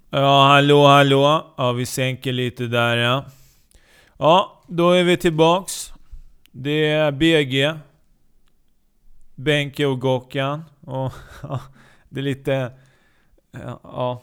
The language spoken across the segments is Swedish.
Ja, hallå. Ja, vi sänker lite där, ja. Ja, då är vi tillbaks. Det är BG, Benke och Gockan. Och ja, det är lite... Ja.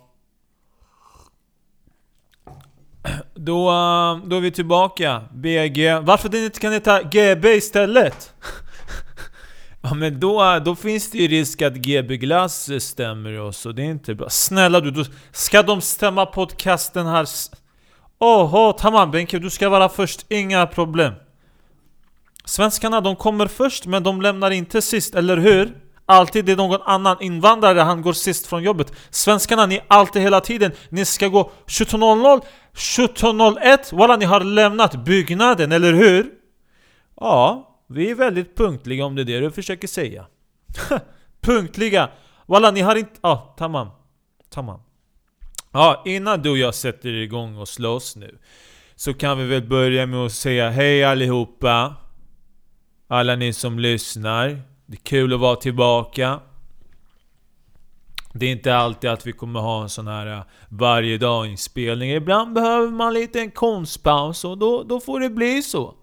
Då är vi tillbaka. BG. Varför det inte kan heta GB istället? Ja, men då finns det ju risk att GB Glass stämmer oss, och det är inte bra. Snälla du, ska de stämma podcasten här? Tamam Benke, du ska vara först, inga problem. Svenskarna, de kommer först, men de lämnar inte sist, eller hur? Alltid det är någon annan invandrare, han går sist från jobbet. Svenskarna, ni alltid hela tiden, ni ska gå 17.00, 17.01. Walla, ni har lämnat byggnaden, eller hur? Ja, vi är väldigt punktliga, om det är det du försöker säga. Punktliga. Walla, ni har inte... Tamam. Ja, innan du och jag sätter igång och slåss nu, så kan vi väl börja med att säga hej allihopa. Alla ni som lyssnar. Det är kul att vara tillbaka. Det är inte alltid att vi kommer ha en sån här varje dag inspelning. Ibland behöver man lite en konstpaus, och då får det bli så.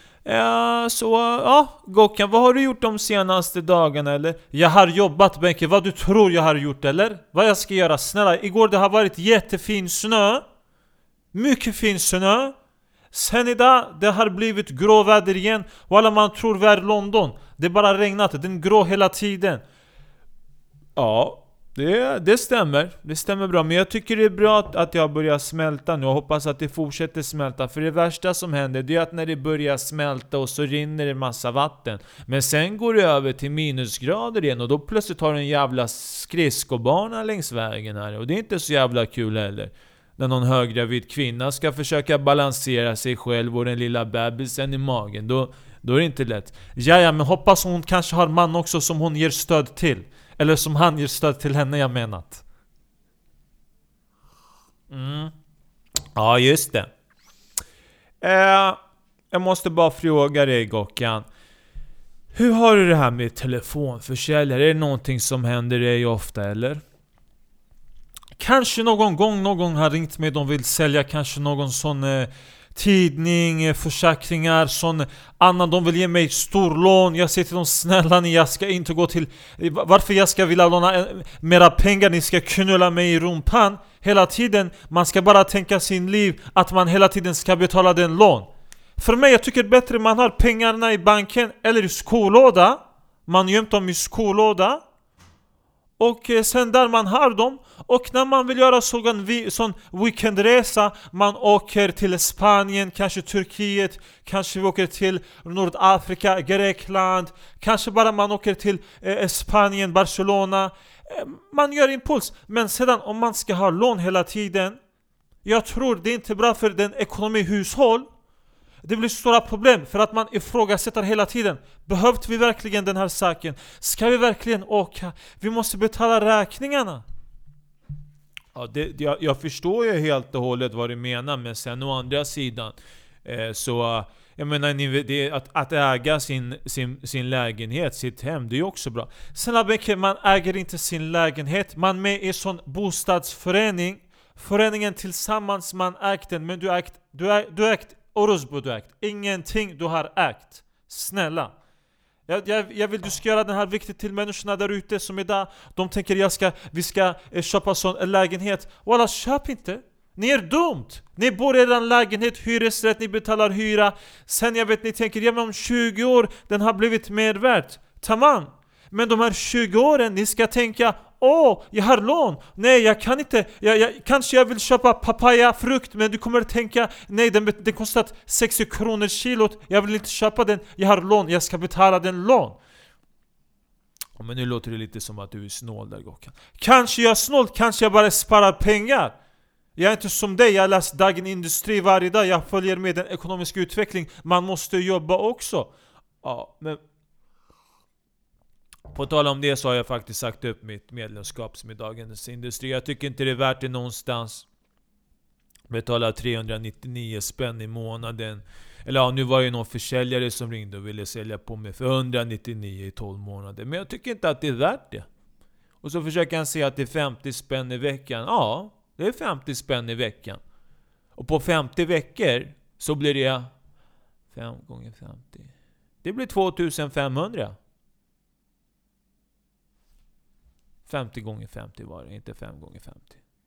Gockan, vad har du gjort de senaste dagarna, eller? Jag har jobbat, Benke. Vad du tror jag har gjort, eller? Vad jag ska göra? Snälla, igår det har varit jättefin snö. Mycket fin snö. Sen idag, det har blivit gråväder igen. Walla, man tror vi är i London. Det är bara regnat, den grå hela tiden. Ja, det stämmer. Det stämmer bra. Men jag tycker det är bra att jag börjar smälta nu. Jag hoppas att det fortsätter smälta. För det värsta som händer, det är att när det börjar smälta och så rinner det massa vatten. Men sen går det över till minusgrader igen, och då plötsligt har du en jävla skridskobana längs vägen här. Och det är inte så jävla kul heller. När någon höggravid kvinna ska försöka balansera sig själv och den lilla bebisen i magen, då är det inte lätt. Ja, men hoppas hon kanske har man också som hon ger stöd till. Eller som han ger stöd till henne, jag menat. Ja, just det. Jag måste bara fråga dig, Gockan. Hur har du det här med telefonförsäljare? Är det någonting som händer dig ofta, eller? Kanske någon gång någon har ringt mig, de vill sälja kanske någon sån tidning, försäkringar, sån annan, de vill ge mig stor lån. Jag säger till dem, snälla ni, jag ska inte gå till... Varför jag ska vilja låna mera pengar? Ni ska knulla mig i rumpan hela tiden. Man ska bara tänka sin liv, att man hela tiden ska betala den lån. För mig, jag tycker bättre man har pengarna i banken eller i skolåda. Man gömt dem i skolåda. Och sen där man har dem. Och när man vill göra sån weekendresa, man åker till Spanien, kanske Turkiet, kanske vi åker till Nordafrika, Grekland, kanske bara man åker till Spanien, Barcelona. Man gör impuls. Men sedan om man ska ha lån hela tiden, jag tror det är inte bra för den ekonomi hushåll. Det blir stora problem för att man ifrågasätter hela tiden. Behövde vi verkligen den här saken? Ska vi verkligen åka? Vi måste betala räkningarna. Ja, jag förstår ju helt och hållet vad du menar. Men sen å andra sidan så jag menar, det, att äga sin lägenhet, sitt hem, det är ju också bra. Sen man äger inte sin lägenhet. Man är med i sån bostadsförening. Föreningen tillsammans, man ägt den. Men du ägt Orosbo, du ägt. Ingenting du har ägt. Snälla. Jag vill du ska göra den här viktigt till människorna där ute som idag. De tänker vi ska köpa en lägenhet. Walla, köp inte. Ni är dumt. Ni bor i en lägenhet, hyresrätt, ni betalar hyra. Sen ni tänker, men om 20 år den har blivit mer värt. Tamam. Men de här 20 åren, ni ska tänka, jag har lån. Nej, jag kan inte. Kanske jag vill köpa papaya-frukt, men du kommer tänka, nej, den kostar 60 kronor kilot. Jag vill inte köpa den. Jag har lån, jag ska betala den lån. Men nu låter det lite som att du är snål där, Gockan. Kanske jag är snål, kanske jag bara sparar pengar. Jag är inte som dig, jag läser Dagen Industri varje dag. Jag följer med den ekonomiska utveckling. Man måste jobba också. Ja, men på tal om det så har jag faktiskt sagt upp mitt medlemskap som i Dagens Industri. Jag tycker inte det är värt det någonstans. Betala 399 spänn i månaden. Eller ja, nu var det någon försäljare som ringde och ville sälja på mig för 199 i 12 månader. Men jag tycker inte att det är värt det. Och så försöker han säga att det är 50 spänn i veckan. Ja, Det är 50 spänn i veckan. Och på 50 veckor så blir det 5 gånger 50. Det blir 2500. 50 gånger 50 var det, inte 5 gånger 50.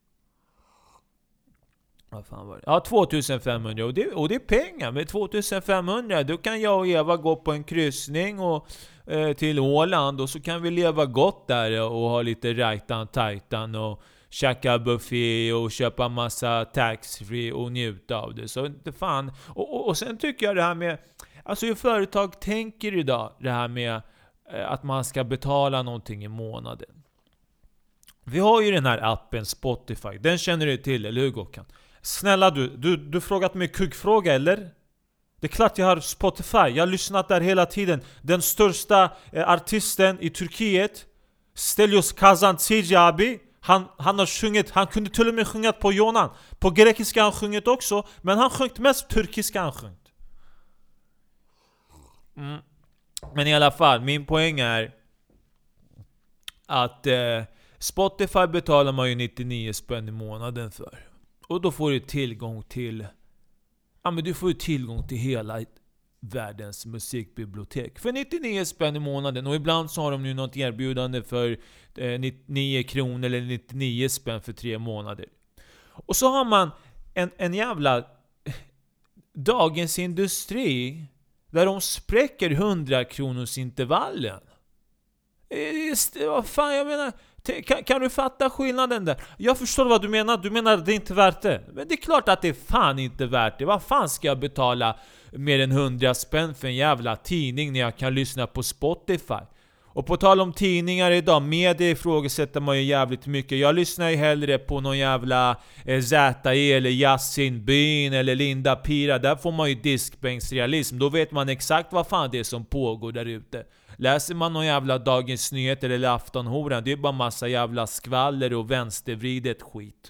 Vad fan var det? Ja, 2500. Och det är pengar. Med 2500 då kan jag och Eva gå på en kryssning och, till Åland. Och så kan vi leva gott där och ha lite rajtan-tajtan och käka buffé och köpa massa tax-free och njuta av det. Så inte fan. Och sen tycker jag det här med... Alltså hur företag tänker idag, det här med att man ska betala någonting i månaden. Vi har ju den här appen Spotify. Den känner du till, eller hur Gåkan? Snälla du frågat mig kuggfråga, eller? Det är klart jag har Spotify. Jag har lyssnat där hela tiden. Den största artisten i Turkiet, Stelios Kazantzigi abi, han har sjungit, han kunde till och med sjunga på Yonan. På grekiska har han sjungit också, men han sjungit mest turkiska han sjungit. Men i alla fall, min poäng är att Spotify betalar man ju 99 spänn i månaden för. Och då får du tillgång till... Ja, men du får ju tillgång till hela världens musikbibliotek. För 99 spänn i månaden. Och ibland så har de ju något erbjudande för 99 kronor eller 99 spänn för 3 månader. Och så har man en jävla Dagens Industri där de spräcker 100 kronors intervallen. Vad fan, jag menar... Kan du fatta skillnaden där? Jag förstår vad du menar. Du menar att det är inte värt det. Men det är klart att det är fan inte värt det. Vad fan ska jag betala mer än 100 spänn för en jävla tidning när jag kan lyssna på Spotify? Och på tal om tidningar idag, media ifrågasätter man ju jävligt mycket. Jag lyssnar ju hellre på någon jävla ZE eller Yasin Byn eller Linda Pira. Där får man ju diskbänksrealism. Då vet man exakt vad fan det är som pågår där ute. Läser man någon jävla Dagens Nyheter eller Aftonhoran, det är bara massa jävla skvaller och vänstervridet skit.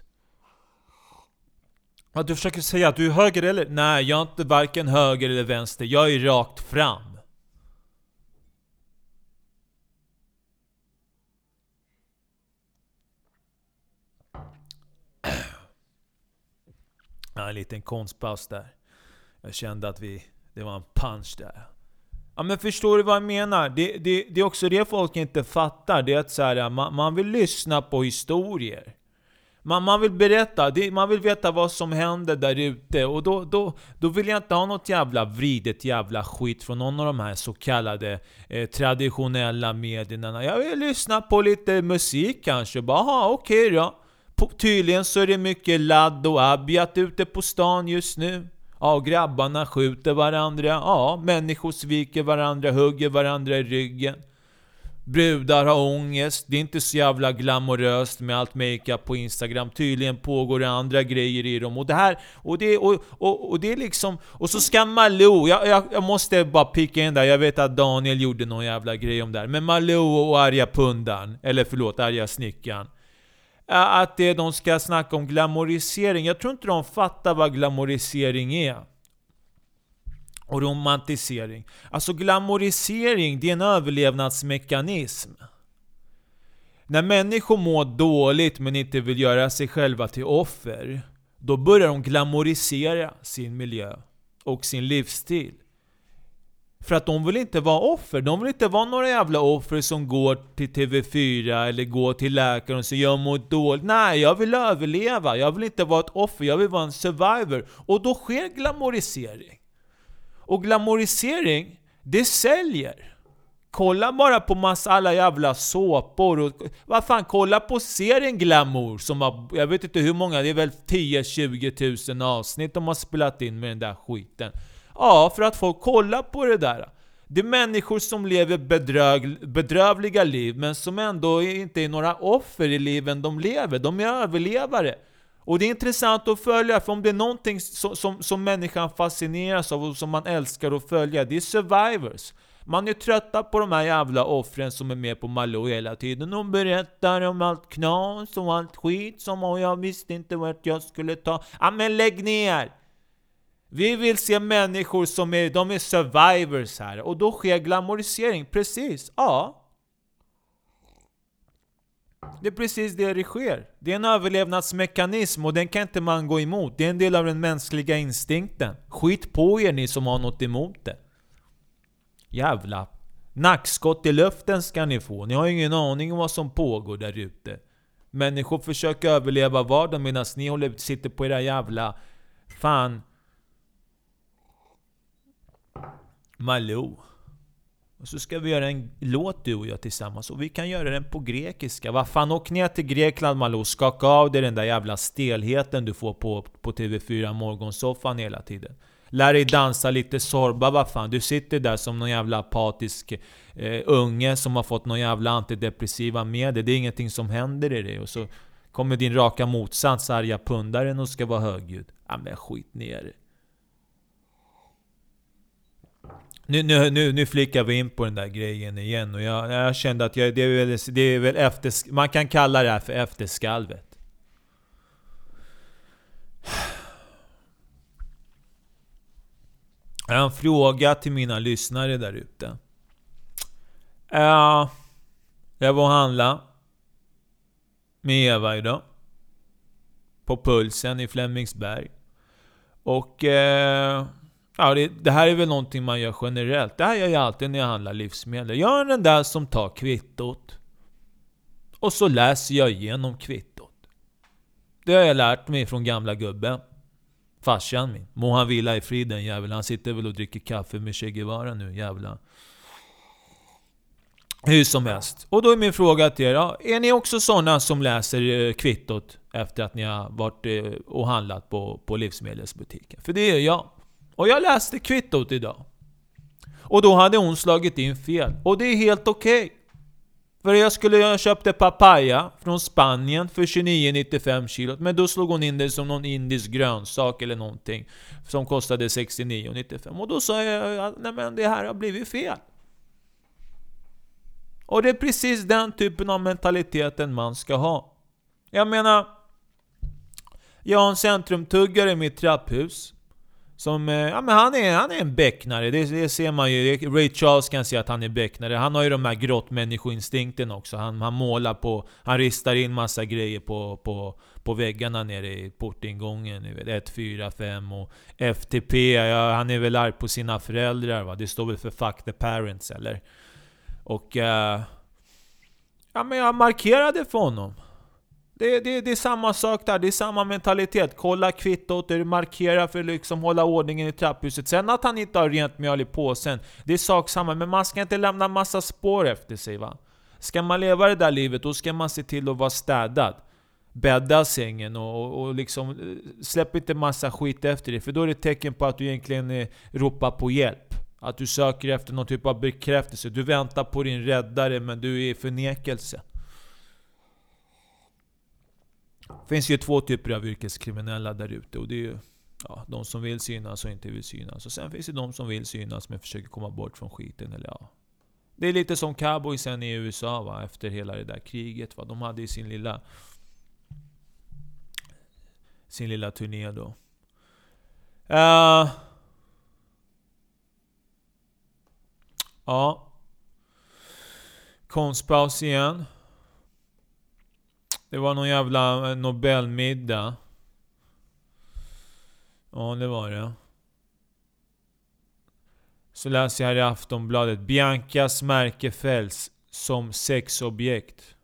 Ja, du försöker säga att du är höger eller? Nej, jag är inte varken höger eller vänster. Jag är rakt fram. Ja, en liten konstpaus där. Jag kände att det var en punch där. Ja, men förstår du vad jag menar? Det är också det folk inte fattar. Det är att så här, man vill lyssna på historier. Man vill berätta. Man vill veta vad som händer där ute. Och då vill jag inte ha något jävla vridet jävla skit från någon av de här så kallade traditionella medierna. Jag vill lyssna på lite musik kanske. Bara, okej då. Tydligen så är det mycket ladd och abjat ute på stan just nu. Ja, grabbarna skjuter varandra. Ja, människor sviker varandra, hugger varandra i ryggen. Brudar har ångest. Det är inte så jävla glamoröst med allt makeup på Instagram. Tydligen pågår det andra grejer i dem. Och det här, och det är liksom... Och så ska Malou, jag måste bara picka in där. Jag vet att Daniel gjorde någon jävla grej om det här. Men Malou och arga pundan, eller förlåt, arga snickan. Att de ska snacka om glamorisering. Jag tror inte de fattar vad glamorisering är. Och romantisering. Alltså glamorisering, det är en överlevnadsmekanism. När människor mår dåligt men inte vill göra sig själva till offer, då börjar de glamorisera sin miljö och sin livsstil. För att de vill inte vara offer. De vill inte vara några jävla offer som går till TV4 eller går till läkaren och säger jag mår dåligt. Nej, jag vill överleva. Jag vill inte vara ett offer. Jag vill vara en survivor. Och då sker glamorisering. Och glamorisering, det säljer. Kolla bara på massa alla jävla såpor. Och, vad fan, kolla på serien Glamour som har, jag vet inte hur många, det är väl 10-20 000 avsnitt de har spelat in med den där skiten. Ja, för att folk kollar på det där. Det är människor som lever bedrövliga liv, men som ändå inte är några offer i liven de lever. De är överlevare. Och det är intressant att följa, för om det är någonting som människan fascineras av och som man älskar att följa, det är survivors. Man är trötta på de här jävla offren som är med på Malou hela tiden. De berättar om allt knas och allt skit som jag visste inte vart jag skulle ta. Ja, men lägg ner! Vi vill se människor som är survivors här. Och då sker glamorisering. Precis, ja. Det är precis det sker. Det är en överlevnadsmekanism och den kan inte man gå emot. Det är en del av den mänskliga instinkten. Skit på er ni som har något emot det. Jävla nackskott i luften ska ni få. Ni har ingen aning om vad som pågår där ute. Människor försöker överleva vardagen medan ni sitter på era jävla fan Malou. Och så ska vi göra en låt du och jag tillsammans. Och vi kan göra den på grekiska. Vad fan, åk ner till Grekland Malou. Skaka av dig den där jävla stelheten du får på TV4 morgonsoffan hela tiden. Lär dig dansa lite sorba, vad fan. Du sitter där som någon jävla apatisk unge som har fått någon jävla antidepressiva medel. Det är ingenting som händer i det. Och så kommer din raka motsats, arga pundaren, och ska vara högljudd. Ja men skit ner. Nu flickar vi in på den där grejen igen. Och jag kände att det är väl efter, man kan kalla det här för efterskalvet. Jag har en fråga till mina lyssnare där ute. Jag var och handla med Eva idag på Pulsen i Flemingsberg. Och det här är väl någonting man gör generellt. Det här gör jag alltid när jag handlar livsmedel. Jag är den där som tar kvittot. Och så läser jag igenom kvittot. Det har jag lärt mig från gamla gubben. Farsan min. Må han vila i friden, jävla. Han sitter väl och dricker kaffe med Che Guevara nu, jävla. Hur som helst. Och då är min fråga till er. Är ni också sådana som läser kvittot efter att ni har varit och handlat på livsmedelsbutiken? För det är jag. Och jag läste kvittot idag. Och då hade hon slagit in fel. Och det är helt okej. För jag köpte papaya från Spanien för 29,95 kilo. Men då slog hon in det som någon indisk grönsak eller någonting. Som kostade 69,95. Och då sa jag, nej men det här har blivit fel. Och det är precis den typen av mentaliteten man ska ha. Jag menar, jag har en centrumtuggare i mitt trapphus. Som, men han är en becknare. Det ser man ju. Ray Charles kan säga att han är becknare. Han har ju de här grottmänniskoinstinkten också. Han målar på, han ristar in massa grejer på väggarna nere i portingången. 1, 4, 5 och FTP. Han är väl arg på sina föräldrar, va? Det står väl för fuck the parents, eller? Och men jag markerade för honom. Det är samma sak där, det är samma mentalitet. Kolla kvittot, du markerar för att liksom hålla ordningen i trapphuset. Sen att han inte har rent mjöl i påsen, det är sak samma. Men man ska inte lämna massa spår efter sig, va? Ska man leva det där livet, då ska man se till att vara städad. Bädda sängen och liksom släpp inte massa skit efter dig. För då är det ett tecken på att du egentligen ropar på hjälp. Att du söker efter någon typ av bekräftelse. Du väntar på din räddare, men du är i förnekelse. Det finns ju 2 typer av yrkeskriminella där ute. Och det är ju de som vill synas och inte vill synas. Och sen finns det de som vill synas men försöker komma bort från skiten. Eller det är lite som cowboysen i USA, va? Efter hela det där kriget, va? De hade ju sin lilla turné då. Konstpaus igen. Det var någon jävla Nobelmiddag. Ja, det var det. Så läser jag här i Aftonbladet. Biancas märke fälls som sexobjekt.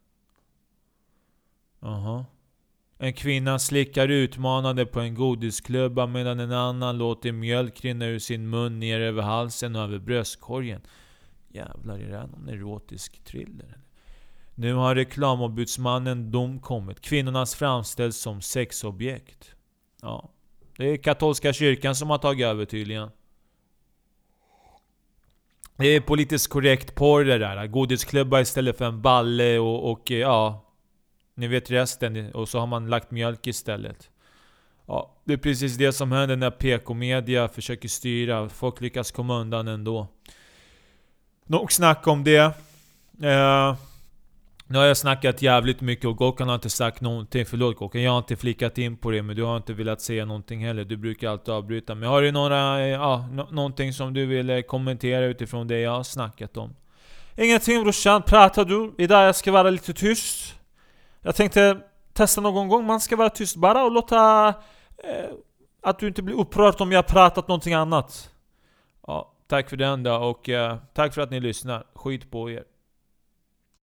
En kvinna slickar utmanande på en godisklubba medan en annan låter mjölk rinna ur sin mun ner över halsen och över bröstkorgen. Jävlar, är det här någon erotisk thriller? Nu har reklamombudsmannen dom kommit. Kvinnornas framställs som sexobjekt. Ja, det är katolska kyrkan som har tagit över tydligen. Det är politiskt korrekt porr det där. Godisklubba istället för en balle och ni vet resten. Och så har man lagt mjölk istället. Ja, det är precis det som händer när PK-media försöker styra. Folk lyckas komma undan ändå. Nog snack om det. Nu har jag snackat jävligt mycket och Gåkan har inte sagt någonting. Förlåt Gåkan, jag har inte flickat in på det. Men du har inte velat säga någonting heller. Du brukar alltid avbryta. Men har du någonting som du vill kommentera utifrån det jag har snackat om? Ingenting brorsan, pratar du? Idag jag ska vara lite tyst. Jag tänkte testa någon gång. Man ska vara tyst bara och låta att du inte blir upprörd om jag pratat någonting annat. Ja, tack för den då, och tack för att ni lyssnar. Skit på er.